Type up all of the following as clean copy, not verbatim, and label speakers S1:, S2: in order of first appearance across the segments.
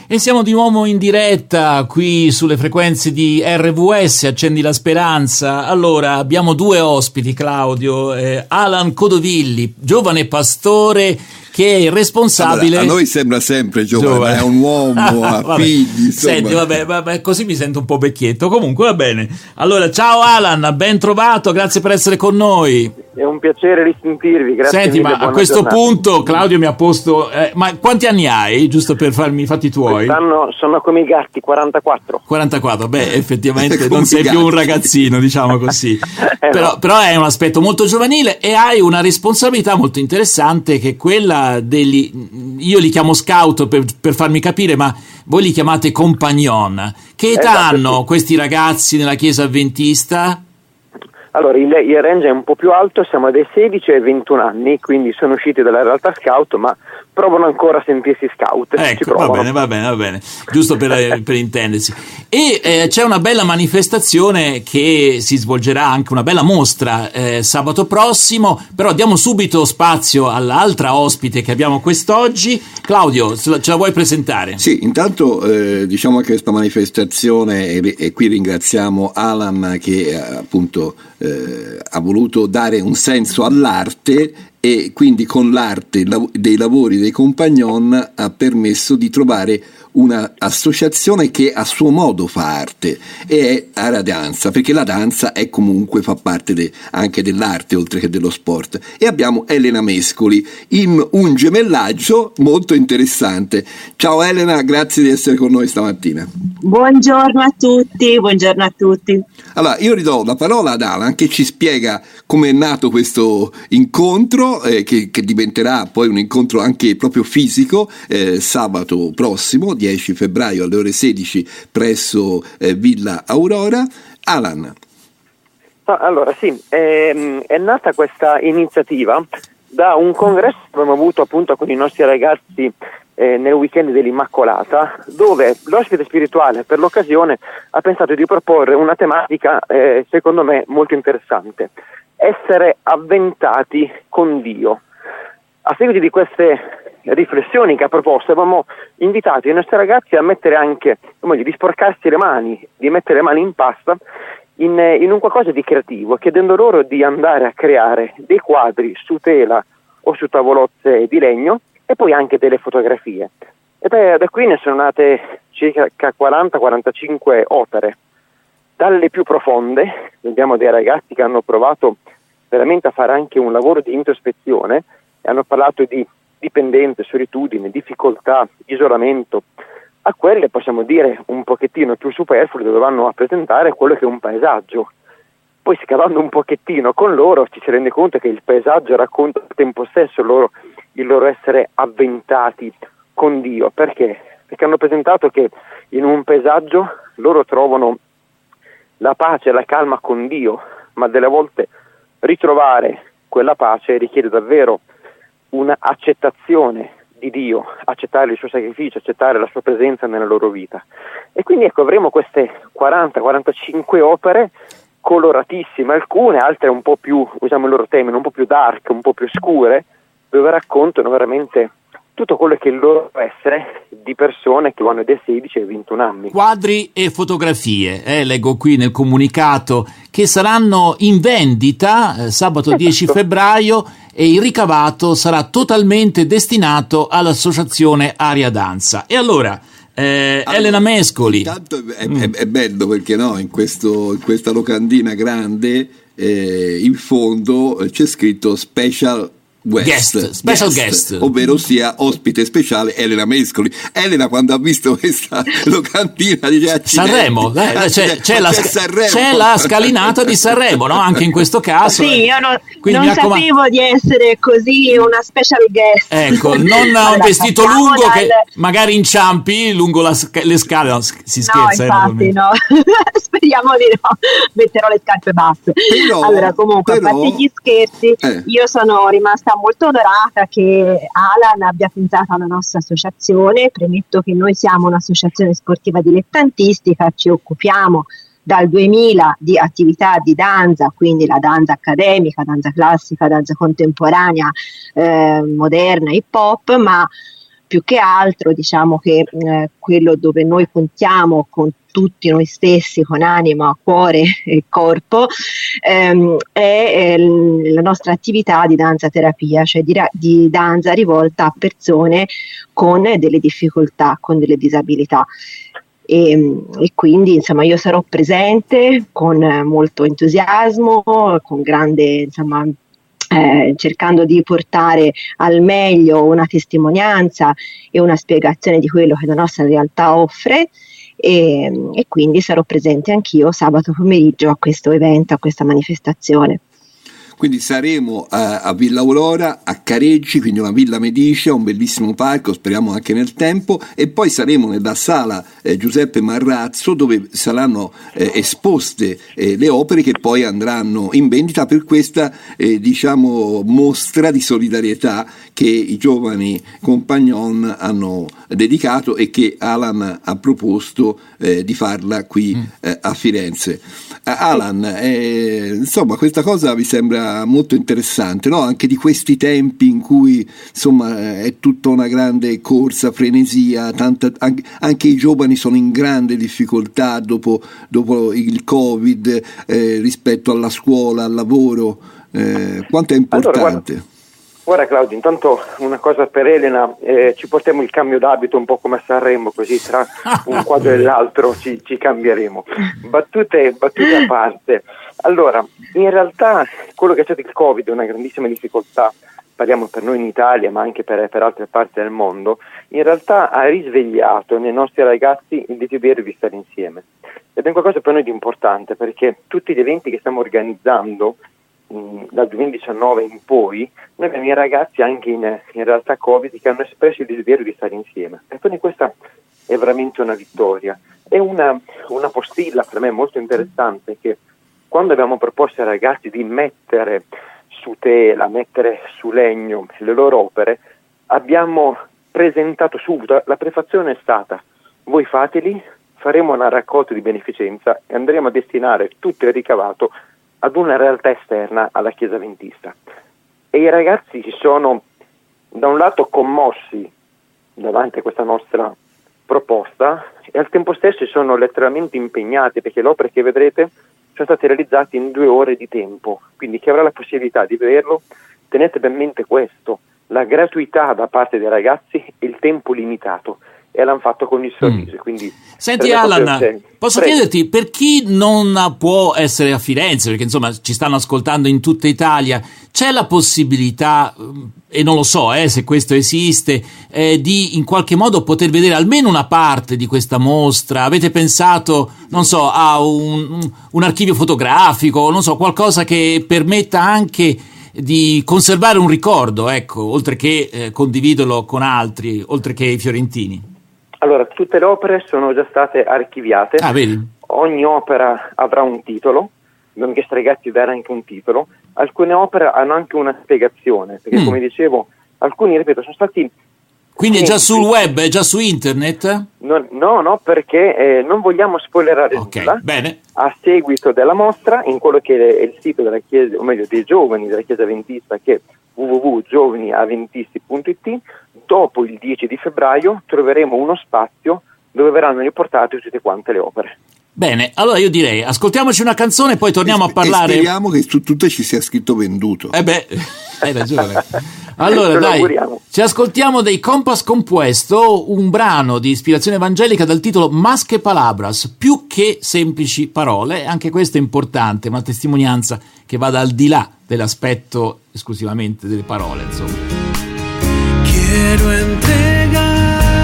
S1: E siamo di nuovo in diretta qui sulle frequenze di RVS, Accendi la Speranza. Allora, abbiamo due ospiti, Claudio, Alan Codovilli, giovane pastore che è il responsabile.
S2: Allora, a noi sembra sempre giovane. È un uomo, ha figli.
S1: Senti, vabbè, così mi sento un po' vecchietto. Comunque va bene. Allora, ciao Alan, ben trovato, grazie per essere con noi.
S3: È un piacere risentirvi, grazie.
S1: Senti,
S3: mille,
S1: ma a questo punto Claudio mi ha posto, ma quanti anni hai, giusto per farmi i fatti tuoi?
S3: Quest'anno sono come i gatti, 44.
S1: 44, beh, effettivamente non sei più un ragazzino, diciamo così. Però è un aspetto molto giovanile e hai una responsabilità molto interessante, che è quella degli, io li chiamo scout per farmi capire, ma voi li chiamate compagnon. Che età hanno questi ragazzi nella chiesa avventista?
S3: Allora, il range è un po' più alto, siamo dai 16 ai 21 anni, quindi sono usciti dalla realtà scout, ma provano ancora a sentirsi scout.
S1: Ecco, va bene, giusto per intendersi. E c'è una bella manifestazione che si svolgerà, anche una bella mostra sabato prossimo, però diamo subito spazio all'altra ospite che abbiamo quest'oggi. Claudio, ce la vuoi presentare?
S2: Sì, intanto diciamo che questa manifestazione, e qui ringraziamo Alan che appunto ha voluto dare un senso all'arte, e quindi con l'arte dei lavori dei compagnon ha permesso di trovare una associazione che a suo modo fa arte, e è Aria Danza, perché la danza è comunque fa parte anche dell'arte oltre che dello sport. E abbiamo Elena Mescoli in un gemellaggio molto interessante. Ciao Elena, grazie di essere con noi stamattina.
S4: Buongiorno a tutti, buongiorno a tutti.
S2: Allora, io ridò la parola ad Alan che ci spiega come è nato questo incontro, che diventerà poi un incontro anche proprio fisico, sabato prossimo, 10 febbraio alle ore 16 presso Villa Aurora. Alan.
S3: Allora sì, è nata questa iniziativa da un congresso che abbiamo avuto appunto con i nostri ragazzi nel weekend dell'Immacolata, dove l'ospite spirituale per l'occasione ha pensato di proporre una tematica secondo me molto interessante: essere avventati con Dio. A seguito di queste riflessioni che ha proposto, abbiamo invitato i nostri ragazzi a mettere anche, di sporcarsi le mani, di mettere le mani in pasta in un qualcosa di creativo, chiedendo loro di andare a creare dei quadri su tela o su tavolozze di legno, e poi anche delle fotografie. E da qui ne sono nate circa 40-45 opere, dalle più profonde. Abbiamo dei ragazzi che hanno provato veramente a fare anche un lavoro di introspezione e hanno parlato di dipendenza, solitudine, difficoltà, isolamento, a quelle possiamo dire un pochettino più superflue, dove vanno a presentare quello che è un paesaggio. Poi scavando un pochettino con loro ci si rende conto che il paesaggio racconta al tempo stesso il loro essere avventati con Dio. Perché? Perché hanno presentato che in un paesaggio loro trovano la pace e la calma con Dio, ma delle volte ritrovare quella pace richiede davvero un'accettazione di Dio, accettare il suo sacrificio, accettare la sua presenza nella loro vita. E quindi ecco, avremo queste 40-45 opere coloratissime, alcune, altre un po' più, usiamo il loro termine, un po' più dark, un po' più scure, dove raccontano veramente tutto quello che è il loro essere di persone che vanno dai 16 ai 21 anni.
S1: Quadri e fotografie, leggo qui nel comunicato, che saranno in vendita sabato 10 febbraio, e il ricavato sarà totalmente destinato all'associazione Aria Danza. E allora, Elena Mescoli.
S2: Intanto è bello perché in questa locandina grande in fondo c'è scritto Special Guest, ovvero sia ospite speciale Elena Mescoli. Elena, quando ha visto questa locandina, dice
S1: Sanremo, c'è la scalinata di Sanremo, no? Anche in questo caso.
S4: Sì, io non sapevo di essere così una special guest.
S1: Ecco, non un vestito lungo che magari inciampi lungo le scale. No, si scherza.
S4: No, infatti no. Speriamo di no. Metterò le scarpe basse. Allora, comunque, a parte gli scherzi, io sono rimasta molto onorata che Alan abbia pensato alla nostra associazione. Premetto che noi siamo un'associazione sportiva dilettantistica, ci occupiamo dal 2000 di attività di danza, quindi la danza accademica, danza classica, danza contemporanea, moderna, hip hop, ma più che altro diciamo che quello dove noi puntiamo con tutti noi stessi, con anima, cuore e corpo, è la nostra attività di danza terapia, cioè di danza rivolta a persone con delle difficoltà, con delle disabilità. E quindi insomma io sarò presente con molto entusiasmo, con grande cercando di portare al meglio una testimonianza e una spiegazione di quello che la nostra realtà offre, e quindi sarò presente anch'io sabato pomeriggio a questo evento, a questa manifestazione.
S2: Quindi saremo a Villa Aurora, a Careggi, quindi una villa medicea, un bellissimo parco, speriamo anche nel tempo, e poi saremo nella sala Giuseppe Marrazzo, dove saranno esposte le opere che poi andranno in vendita per questa mostra di solidarietà che i giovani Compagnon hanno dedicato e che Alan ha proposto di farla qui a Firenze. Alan, insomma, questa cosa vi sembra molto interessante, no? Anche di questi tempi in cui insomma è tutta una grande corsa, frenesia, anche i giovani sono in grande difficoltà dopo il Covid rispetto alla scuola, al lavoro. Quanto è importante?
S3: Allora, guarda Claudio, intanto una cosa per Elena, ci portiamo il cambio d'abito un po' come a Sanremo, così tra un quadro e l'altro ci cambieremo. Battute a parte. Allora, in realtà quello che è stato il Covid è una grandissima difficoltà, parliamo per noi in Italia ma anche per altre parti del mondo, in realtà ha risvegliato nei nostri ragazzi il desiderio di stare insieme. Ed è qualcosa per noi di importante, perché tutti gli eventi che stiamo organizzando dal 2019 in poi, noi abbiamo i ragazzi anche in realtà Covid che hanno espresso il desiderio di stare insieme, e quindi questa è veramente una vittoria. È una postilla per me molto interessante, che quando abbiamo proposto ai ragazzi di mettere su tela, mettere su legno le loro opere, abbiamo presentato subito, la prefazione è stata: voi fateli, faremo una raccolta di beneficenza e andremo a destinare tutto il ricavato ad una realtà esterna alla Chiesa Adventista. E i ragazzi si sono da un lato commossi davanti a questa nostra proposta e al tempo stesso si sono letteralmente impegnati, perché le opere che vedrete sono state realizzate in 2 ore di tempo, quindi chi avrà la possibilità di vederlo, tenete ben mente questo: la gratuità da parte dei ragazzi e il tempo limitato, e l'hanno fatto con il sorriso. Quindi,
S1: senti Alan, posso chiederti, per chi non può essere a Firenze, perché insomma ci stanno ascoltando in tutta Italia, c'è la possibilità, e non lo so se questo esiste, di in qualche modo poter vedere almeno una parte di questa mostra? Avete pensato, non so, a un archivio fotografico, non so, qualcosa che permetta anche di conservare un ricordo, ecco, oltre che condividerlo con altri, oltre che i fiorentini?
S3: Allora, tutte le opere sono già state archiviate.
S1: Vedi?
S3: Ogni opera avrà un titolo, abbiamo chiesto ai ragazzi di dare anche un titolo. Alcune opere hanno anche una spiegazione, perché come dicevo, alcuni, ripeto, sono stati...
S1: Quindi è già sul web, è già su internet?
S3: No, perché non vogliamo spoilerare nulla.
S1: Bene.
S3: A seguito della mostra, in quello che è il sito della Chiesa, o meglio dei giovani della Chiesa Adventista, che è www.giovaniadventisti.it, dopo il 10 di febbraio troveremo uno spazio dove verranno riportate tutte quante le opere.
S1: Bene, allora io direi ascoltiamoci una canzone e poi torniamo a parlare.
S2: E speriamo che su tutte ci sia scritto venduto.
S1: Hai ragione. Allora dai, ci ascoltiamo dei Compass Compuesto, un brano di ispirazione evangelica dal titolo Más que Palabras, più che semplici parole. Anche questo è importante, una testimonianza che vada al di là dell'aspetto esclusivamente delle parole, insomma.
S5: Quiero entregar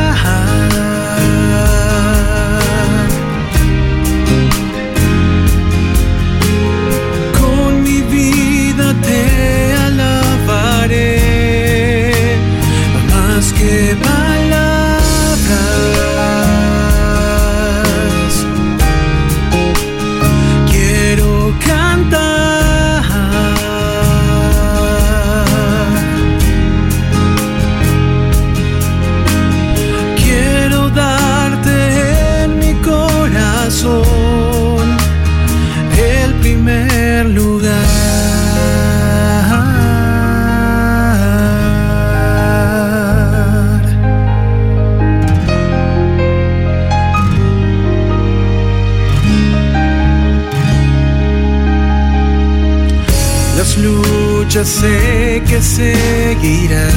S5: con mi vida, te alabaré más que palabras. Quiero cantar ya sé que seguirá,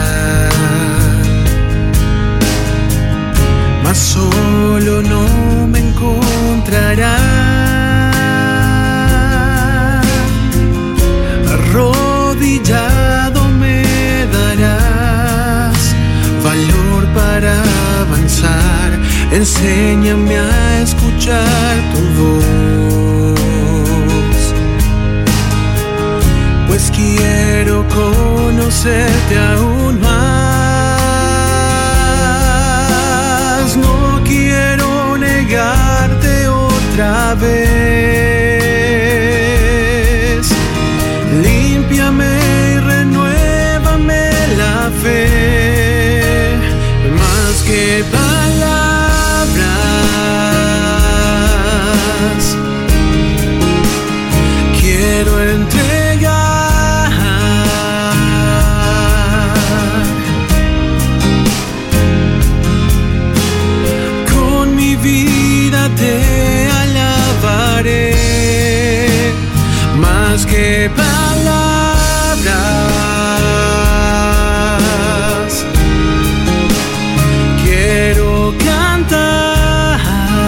S5: mas solo no me encontrará. Arrodillado me darás valor para avanzar. Enséñame a escuchar tu voz, pues quiero conocerte aún más. No quiero negarte otra vez. Límpiame y renuévame la fe, más que palabras. Quiero entregar con mi vida, te alabaré, más que palabras. Quiero cantar,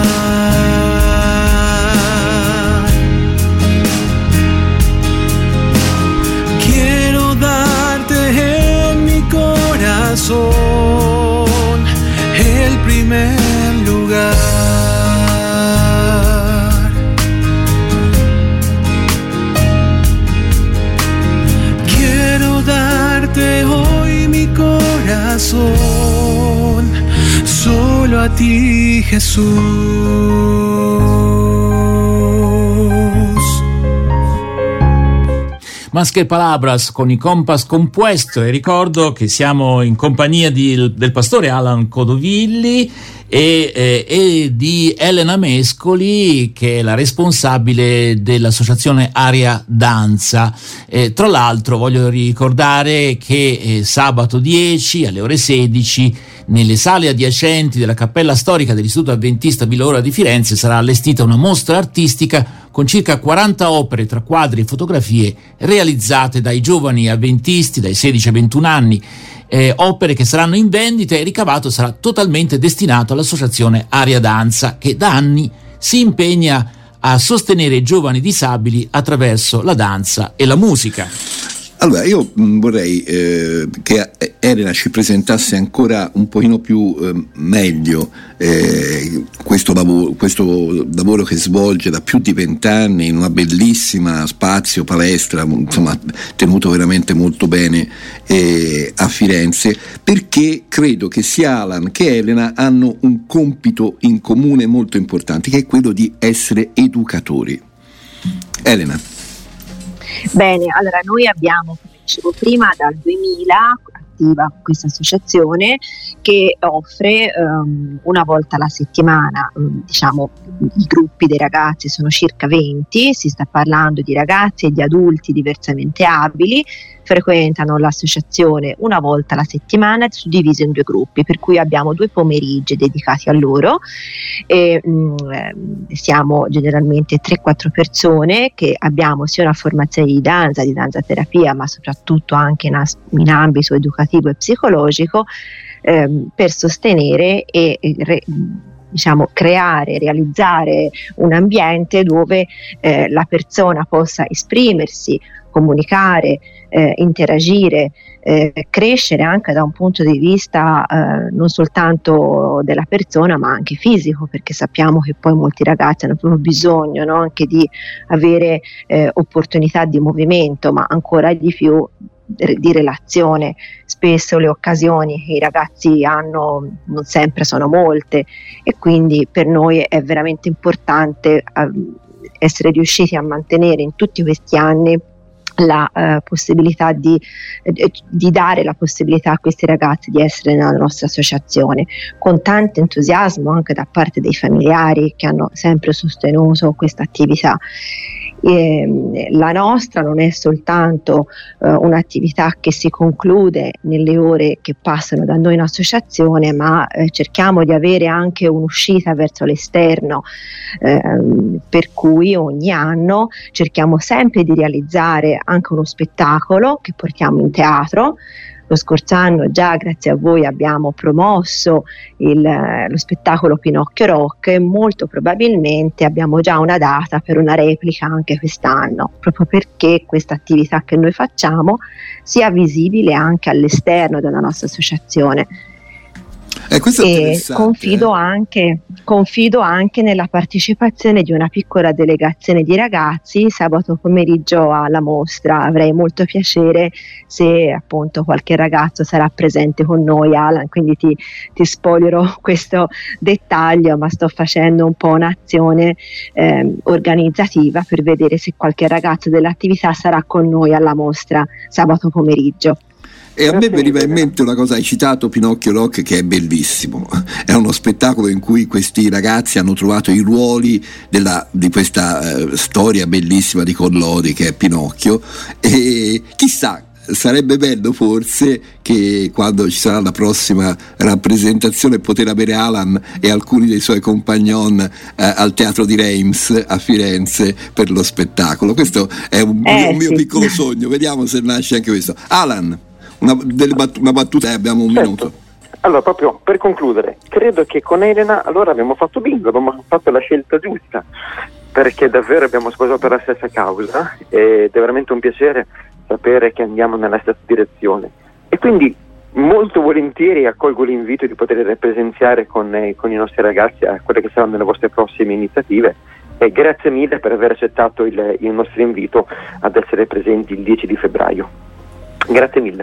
S5: quiero darte en mi corazón el primer lugar. Hoy mi corazón, solo a ti, Jesús.
S1: Más che palabras con i Compass Compuesto, e ricordo che siamo in compagnia del pastore Alan Codovilli e di Elena Mescoli, che è la responsabile dell'associazione Aria Danza. Tra l'altro voglio ricordare che sabato 10 alle ore 16 nelle sale adiacenti della Cappella Storica dell'Istituto Adventista Villa Aurora di Firenze sarà allestita una mostra artistica con circa 40 opere tra quadri e fotografie realizzate dai giovani avventisti dai 16 ai 21 anni. Opere che saranno in vendita e il ricavato sarà totalmente destinato all'associazione Aria Danza, che da anni si impegna a sostenere i giovani disabili attraverso la danza e la musica.
S2: Allora, io vorrei che Elena ci presentasse ancora un pochino più meglio questo lavoro che svolge da più di 20 anni in una bellissima spazio, palestra, insomma, tenuto veramente molto bene a Firenze, perché credo che sia Alan che Elena hanno un compito in comune molto importante, che è quello di essere educatori. Elena.
S4: Bene, allora noi abbiamo, come dicevo prima, dal 2000 attiva questa associazione che offre una volta alla settimana, diciamo, i gruppi dei ragazzi sono circa 20, si sta parlando di ragazzi e di adulti diversamente abili, frequentano l'associazione una volta alla settimana, suddivisi in 2 gruppi, per cui abbiamo 2 pomeriggi dedicati a loro e siamo generalmente 3-4 persone che abbiamo sia una formazione di danza terapia, ma soprattutto anche in ambito educativo e psicologico, per sostenere e diciamo creare, realizzare un ambiente dove la persona possa esprimersi, comunicare, interagire, crescere anche da un punto di vista non soltanto della persona ma anche fisico, perché sappiamo che poi molti ragazzi hanno proprio bisogno, no? Anche di avere opportunità di movimento, ma ancora di più di relazione. Spesso le occasioni che i ragazzi hanno non sempre sono molte e quindi per noi è veramente importante essere riusciti a mantenere in tutti questi anni la possibilità di dare la possibilità a questi ragazzi di essere nella nostra associazione, con tanto entusiasmo anche da parte dei familiari che hanno sempre sostenuto questa attività. La nostra non è soltanto un'attività che si conclude nelle ore che passano da noi in associazione, ma cerchiamo di avere anche un'uscita verso l'esterno, per cui ogni anno cerchiamo sempre di realizzare anche uno spettacolo che portiamo in teatro. Lo scorso anno già grazie a voi abbiamo promosso lo spettacolo Pinocchio Rock e molto probabilmente abbiamo già una data per una replica anche quest'anno, proprio perché questa attività che noi facciamo sia visibile anche all'esterno della nostra associazione.
S2: E
S4: confido anche nella partecipazione di una piccola delegazione di ragazzi sabato pomeriggio alla mostra. Avrei molto piacere se appunto qualche ragazzo sarà presente con noi, Alan, quindi ti spoilerò questo dettaglio, ma sto facendo un po' un'azione organizzativa per vedere se qualche ragazzo dell'attività sarà con noi alla mostra sabato pomeriggio.
S2: E a me veniva in mente una cosa, hai citato Pinocchio Rock, che è bellissimo, è uno spettacolo in cui questi ragazzi hanno trovato i ruoli di questa storia bellissima di Collodi che è Pinocchio, e chissà, sarebbe bello forse che quando ci sarà la prossima rappresentazione poter avere Alan e alcuni dei suoi compagnon al Teatro di Reims a Firenze per lo spettacolo. Questo è un mio piccolo sogno, vediamo se nasce anche questo. Alan, una battuta, abbiamo un minuto.
S3: Allora, proprio per concludere, credo che con Elena allora abbiamo fatto bingo, abbiamo fatto la scelta giusta, perché davvero abbiamo sposato la stessa causa ed è veramente un piacere sapere che andiamo nella stessa direzione, e quindi molto volentieri accolgo l'invito di poter presenziare con i nostri ragazzi a quelle che saranno le vostre prossime iniziative, e grazie mille per aver accettato il nostro invito ad essere presenti il 10 di febbraio. Grazie mille.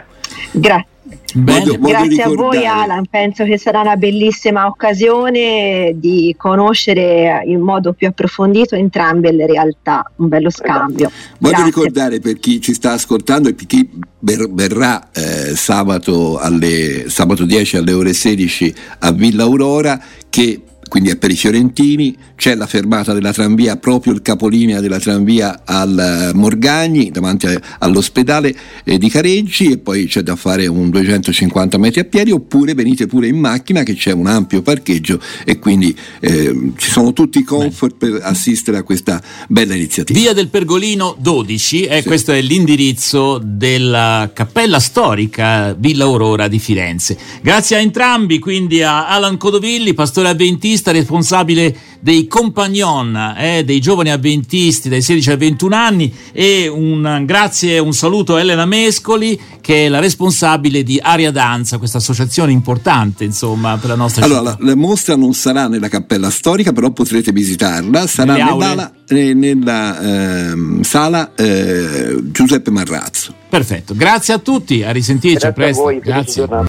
S4: Grazie a voi, Alan, penso che sarà una bellissima occasione di conoscere in modo più approfondito entrambe le realtà, un bello scambio.
S2: Voglio ricordare per chi ci sta ascoltando e per chi verrà sabato 10 alle ore 16 a Villa Aurora, che quindi è per i fiorentini, c'è la fermata della tranvia, proprio il capolinea della tranvia al Morgagni, davanti all'ospedale di Careggi, e poi c'è da fare un 250 metri a piedi, oppure venite pure in macchina che c'è un ampio parcheggio, e quindi ci sono tutti i comfort per assistere a questa bella iniziativa.
S1: Via del Pergolino 12, questo è l'indirizzo della Cappella Storica Villa Aurora di Firenze. Grazie a entrambi, quindi a Alan Codovilli, pastore avventista, responsabile dei compagnon, dei giovani avventisti dai 16 ai 21 anni, e un grazie e un saluto a Elena Mescoli, che è la responsabile di Aria Danza, questa associazione importante insomma per la nostra città.
S2: Allora, la mostra non sarà nella Cappella Storica, però potrete visitarla, sarà nella sala Giuseppe Marrazzo.
S1: Perfetto, grazie a tutti, a risentirci, a presto.
S3: Grazie a voi,
S1: grazie.